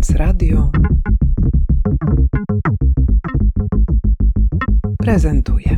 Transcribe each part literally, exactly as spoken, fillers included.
S Radio prezentuje.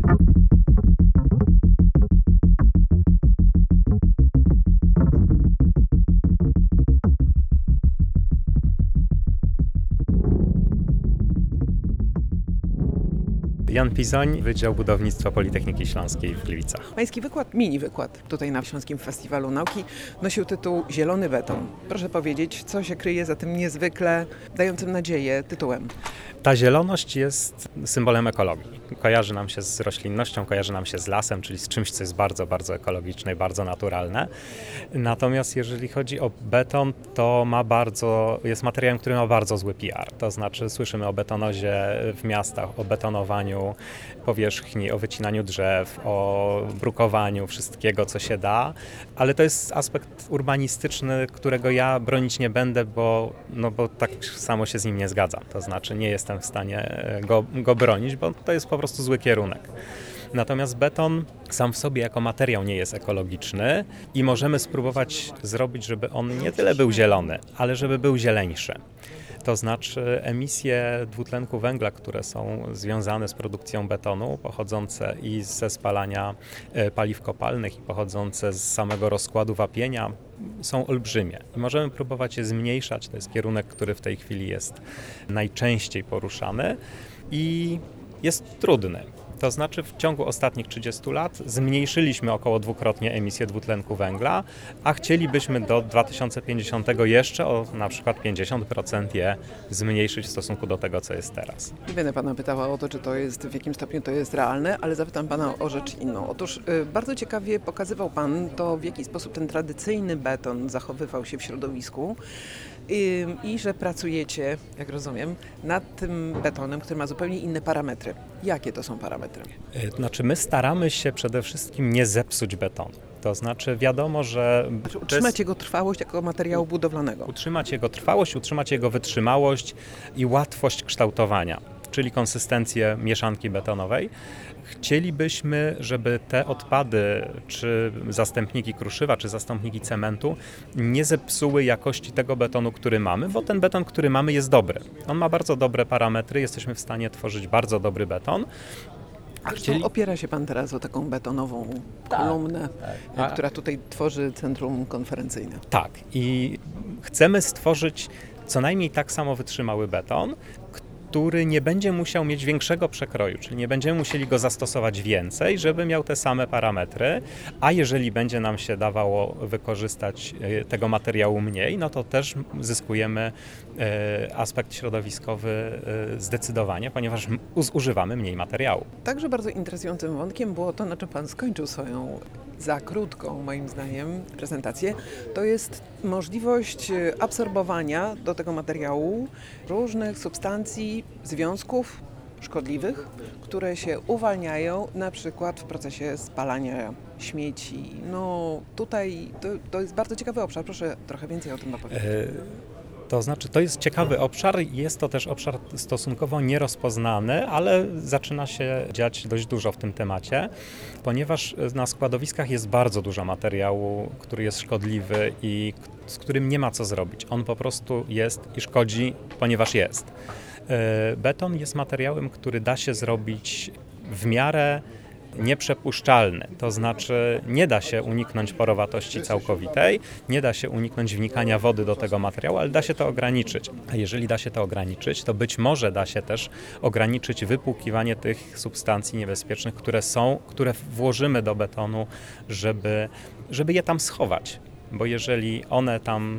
Jan Pizoń, Wydział Budownictwa Politechniki Śląskiej w Gliwicach. Pański wykład, mini wykład tutaj na Śląskim Festiwalu Nauki nosił tytuł Zielony beton. Proszę powiedzieć, co się kryje za tym niezwykle dającym nadzieję tytułem? Ta zieloność jest symbolem ekologii. Kojarzy nam się z roślinnością, kojarzy nam się z lasem, czyli z czymś, co jest bardzo, bardzo ekologiczne i bardzo naturalne. Natomiast jeżeli chodzi o beton, to ma bardzo, jest materiałem, który ma bardzo zły P R. To znaczy słyszymy o betonozie w miastach, o betonowaniu powierzchni, o wycinaniu drzew, o brukowaniu wszystkiego, co się da, ale to jest aspekt urbanistyczny, którego ja bronić nie będę, bo, no bo tak samo się z nim nie zgadzam. To znaczy nie jestem w stanie go, go bronić, bo to jest po prostu zły kierunek. Natomiast beton sam w sobie jako materiał nie jest ekologiczny i możemy spróbować zrobić, żeby on nie tyle był zielony, ale żeby był zieleńszy. To znaczy emisje dwutlenku węgla, które są związane z produkcją betonu, pochodzące i ze spalania paliw kopalnych i pochodzące z samego rozkładu wapienia, są olbrzymie i możemy próbować je zmniejszać. To jest kierunek, który w tej chwili jest najczęściej poruszany i jest trudny. To znaczy w ciągu ostatnich trzydziestu lat zmniejszyliśmy około dwukrotnie emisję dwutlenku węgla, a chcielibyśmy do dwa tysiące pięćdziesiątego jeszcze o na przykład pięćdziesiąt procent je zmniejszyć w stosunku do tego, co jest teraz. Nie będę Pana pytała o to, czy to jest, w jakim stopniu to jest realne, ale zapytam Pana o rzecz inną. Otóż y, bardzo ciekawie pokazywał Pan to, w jaki sposób ten tradycyjny beton zachowywał się w środowisku y, i że pracujecie, jak rozumiem, nad tym betonem, który ma zupełnie inne parametry. Jakie to są parametry? Znaczy my staramy się przede wszystkim nie zepsuć betonu. To znaczy wiadomo, że... Znaczy utrzymać jego trwałość jako materiału budowlanego. Utrzymać jego trwałość, utrzymać jego wytrzymałość i łatwość kształtowania, czyli konsystencję mieszanki betonowej. Chcielibyśmy, żeby te odpady, czy zastępniki kruszywa, czy zastępniki cementu nie zepsuły jakości tego betonu, który mamy, bo ten beton, który mamy, jest dobry. On ma bardzo dobre parametry, jesteśmy w stanie tworzyć bardzo dobry beton. A chcieli... Opiera się Pan teraz o taką betonową kolumnę, tak, tak. która tutaj tworzy centrum konferencyjne. Tak i chcemy stworzyć co najmniej tak samo wytrzymały beton, który nie będzie musiał mieć większego przekroju, czyli nie będziemy musieli go zastosować więcej, żeby miał te same parametry, a jeżeli będzie nam się dawało wykorzystać tego materiału mniej, no to też zyskujemy aspekt środowiskowy zdecydowanie, ponieważ zużywamy mniej materiału. Także bardzo interesującym wątkiem było to, na czym Pan skończył swoją za krótką, moim zdaniem, prezentację. To jest możliwość absorbowania do tego materiału różnych substancji, związków szkodliwych, które się uwalniają na przykład w procesie spalania śmieci. No tutaj to, to jest bardzo ciekawy obszar. Proszę trochę więcej o tym opowiedzieć. To znaczy, to jest ciekawy obszar, jest to też obszar stosunkowo nierozpoznany, ale zaczyna się dziać dość dużo w tym temacie, ponieważ na składowiskach jest bardzo dużo materiału, który jest szkodliwy i z którym nie ma co zrobić. On po prostu jest i szkodzi, ponieważ jest. Beton jest materiałem, który da się zrobić w miarę nieprzepuszczalny, to znaczy nie da się uniknąć porowatości całkowitej, nie da się uniknąć wnikania wody do tego materiału, ale da się to ograniczyć. A jeżeli da się to ograniczyć, to być może da się też ograniczyć wypłukiwanie tych substancji niebezpiecznych, które są, które włożymy do betonu, żeby, żeby je tam schować, bo jeżeli one tam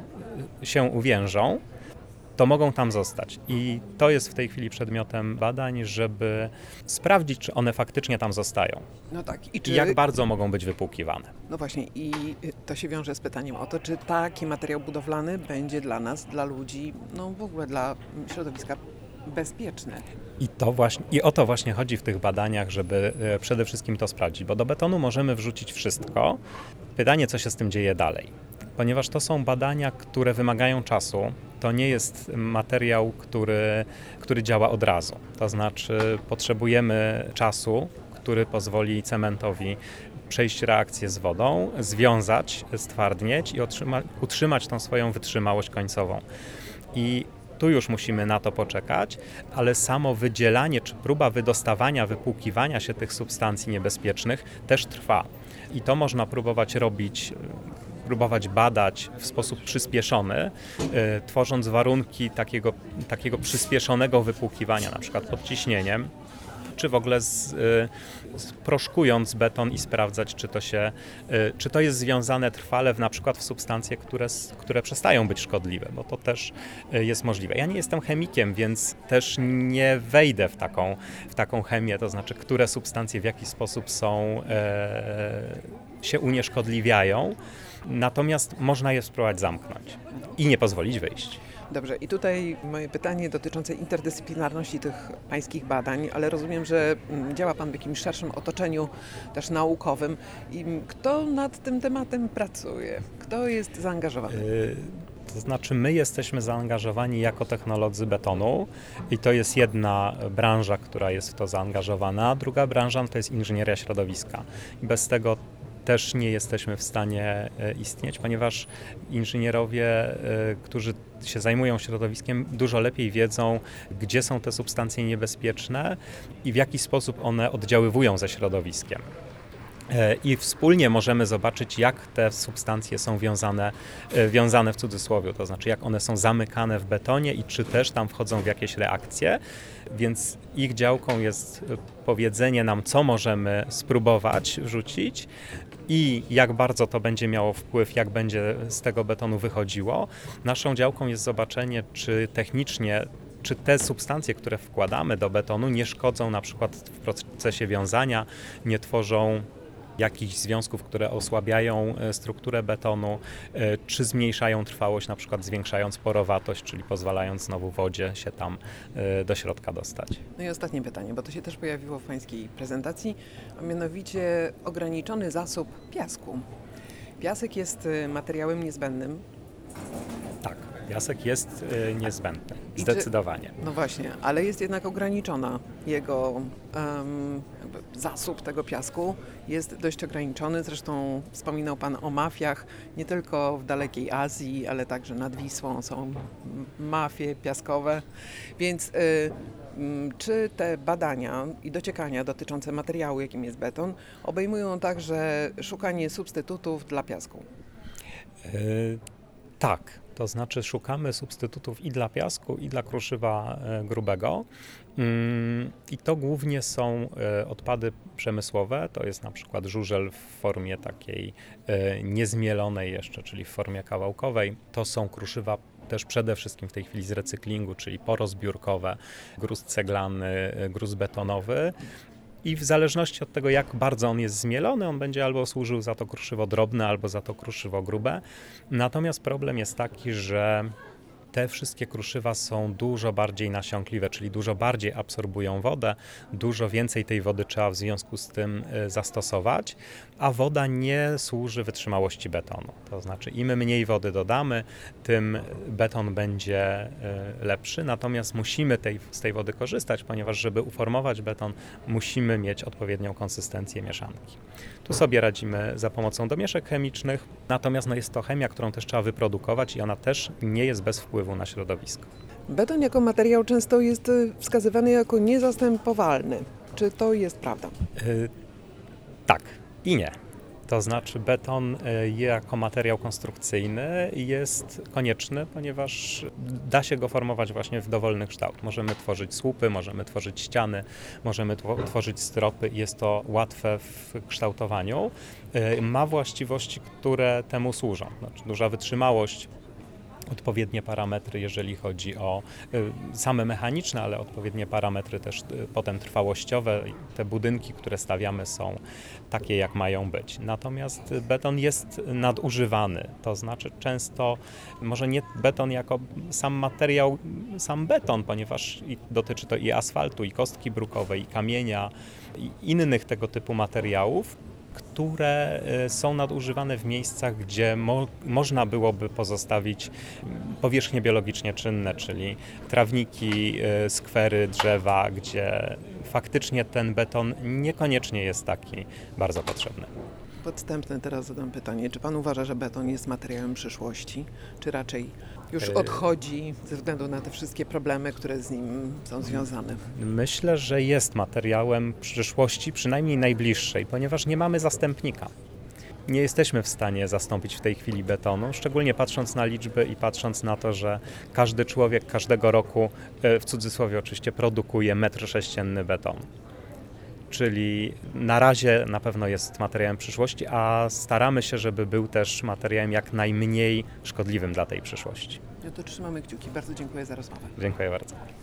się uwiężą, to mogą tam zostać. I to jest w tej chwili przedmiotem badań, żeby sprawdzić, czy one faktycznie tam zostają. No tak. I, czy... I jak bardzo mogą być wypłukiwane. No właśnie i to się wiąże z pytaniem o to, czy taki materiał budowlany będzie dla nas, dla ludzi, no w ogóle dla środowiska bezpieczny. I, to właśnie, I o to właśnie chodzi w tych badaniach, żeby przede wszystkim to sprawdzić, bo do betonu możemy wrzucić wszystko. Pytanie, co się z tym dzieje dalej. Ponieważ to są badania, które wymagają czasu, to nie jest materiał, który, który działa od razu. To znaczy potrzebujemy czasu, który pozwoli cementowi przejść reakcję z wodą, związać, stwardnieć i otrzyma, utrzymać tą swoją wytrzymałość końcową. I tu już musimy na to poczekać, ale samo wydzielanie czy próba wydostawania, wypłukiwania się tych substancji niebezpiecznych też trwa. I to można próbować robić, próbować badać w sposób przyspieszony, y, tworząc warunki takiego, takiego przyspieszonego wypłukiwania, na przykład pod ciśnieniem, czy w ogóle z, y, z proszkując beton i sprawdzać, czy to się, y, czy to jest związane trwale w, na przykład w substancje, które, które przestają być szkodliwe, bo to też y, jest możliwe. Ja nie jestem chemikiem, więc też nie wejdę w taką, w taką chemię, to znaczy, które substancje w jaki sposób są, y, się unieszkodliwiają, natomiast można je spróbować zamknąć i nie pozwolić wyjść. Dobrze, i tutaj moje pytanie dotyczące interdyscyplinarności tych pańskich badań, ale rozumiem, że mm, działa pan w jakimś szerszym otoczeniu też naukowym. I kto nad tym tematem pracuje? Kto jest zaangażowany? Y, To znaczy my jesteśmy zaangażowani jako technolodzy betonu i to jest jedna branża, która jest w to zaangażowana, a druga branża to jest inżynieria środowiska. I bez tego też nie jesteśmy w stanie istnieć, ponieważ inżynierowie, którzy się zajmują środowiskiem, dużo lepiej wiedzą, gdzie są te substancje niebezpieczne i w jaki sposób one oddziaływują ze środowiskiem. I wspólnie możemy zobaczyć, jak te substancje są wiązane, wiązane w cudzysłowie, to znaczy jak one są zamykane w betonie i czy też tam wchodzą w jakieś reakcje, więc ich działką jest powiedzenie nam, co możemy spróbować wrzucić i jak bardzo to będzie miało wpływ, jak będzie z tego betonu wychodziło. Naszą działką jest zobaczenie, czy technicznie czy te substancje, które wkładamy do betonu, nie szkodzą na przykład w procesie wiązania, nie tworzą jakichś związków, które osłabiają strukturę betonu, czy zmniejszają trwałość, na przykład zwiększając porowatość, czyli pozwalając znowu wodzie się tam do środka dostać. No i ostatnie pytanie, bo to się też pojawiło w pańskiej prezentacji, a mianowicie ograniczony zasób piasku. Piasek jest materiałem niezbędnym. Tak, piasek jest niezbędny, I zdecydowanie. Czy, no właśnie, ale jest jednak ograniczona. Jego um, jakby zasób tego piasku jest dość ograniczony. Zresztą wspominał Pan o mafiach, nie tylko w dalekiej Azji, ale także nad Wisłą są mafie piaskowe. Więc y, czy te badania i dociekania dotyczące materiału, jakim jest beton, obejmują także szukanie substytutów dla piasku? Yy, tak. To znaczy szukamy substytutów i dla piasku, i dla kruszywa grubego. I to głównie są odpady przemysłowe, to jest na przykład żużel w formie takiej niezmielonej jeszcze, czyli w formie kawałkowej. To są kruszywa też przede wszystkim w tej chwili z recyklingu, czyli porozbiórkowe, gruz ceglany, gruz betonowy. I w zależności od tego, jak bardzo on jest zmielony, on będzie albo służył za to kruszywo drobne, albo za to kruszywo grube. Natomiast problem jest taki, że te wszystkie kruszywa są dużo bardziej nasiąkliwe, czyli dużo bardziej absorbują wodę, dużo więcej tej wody trzeba w związku z tym zastosować, a woda nie służy wytrzymałości betonu. To znaczy im mniej wody dodamy, tym beton będzie lepszy, natomiast musimy tej, z tej wody korzystać, ponieważ żeby uformować beton, musimy mieć odpowiednią konsystencję mieszanki. Tu sobie radzimy za pomocą domieszek chemicznych, natomiast no jest to chemia, którą też trzeba wyprodukować i ona też nie jest bez wpływu na środowisko. Beton jako materiał często jest wskazywany jako niezastępowalny. Czy to jest prawda? Yy, tak i nie. To znaczy beton y, jako materiał konstrukcyjny jest konieczny, ponieważ da się go formować właśnie w dowolny kształt. Możemy tworzyć słupy, możemy tworzyć ściany, możemy tworzyć stropy i jest to łatwe w kształtowaniu. Y, ma właściwości, które temu służą. Znaczy duża wytrzymałość, odpowiednie parametry, jeżeli chodzi o y, same mechaniczne, ale odpowiednie parametry też y, potem trwałościowe. Te budynki, które stawiamy, są takie, jak mają być. Natomiast beton jest nadużywany, to znaczy często, może nie beton jako sam materiał, sam beton, ponieważ i dotyczy to i asfaltu, i kostki brukowej, i kamienia, i innych tego typu materiałów, które są nadużywane w miejscach, gdzie mo- można byłoby pozostawić powierzchnie biologicznie czynne, czyli trawniki, skwery, drzewa, gdzie faktycznie ten beton niekoniecznie jest taki bardzo potrzebny. Podstępne teraz zadam pytanie, czy Pan uważa, że beton jest materiałem przyszłości, czy raczej Już Y, odchodzi ze względu na te wszystkie problemy, które z nim są związane. Myślę, że jest materiałem przyszłości, przynajmniej najbliższej, ponieważ nie mamy zastępnika. Nie jesteśmy w stanie zastąpić w tej chwili betonu, szczególnie patrząc na liczby i patrząc na to, że każdy człowiek każdego roku, e, w cudzysłowie oczywiście, produkuje metr sześcienny betonu. Czyli na razie na pewno jest materiałem przyszłości, a staramy się, żeby był też materiałem jak najmniej szkodliwym dla tej przyszłości. No to trzymamy kciuki. Bardzo dziękuję za rozmowę. Dziękuję bardzo.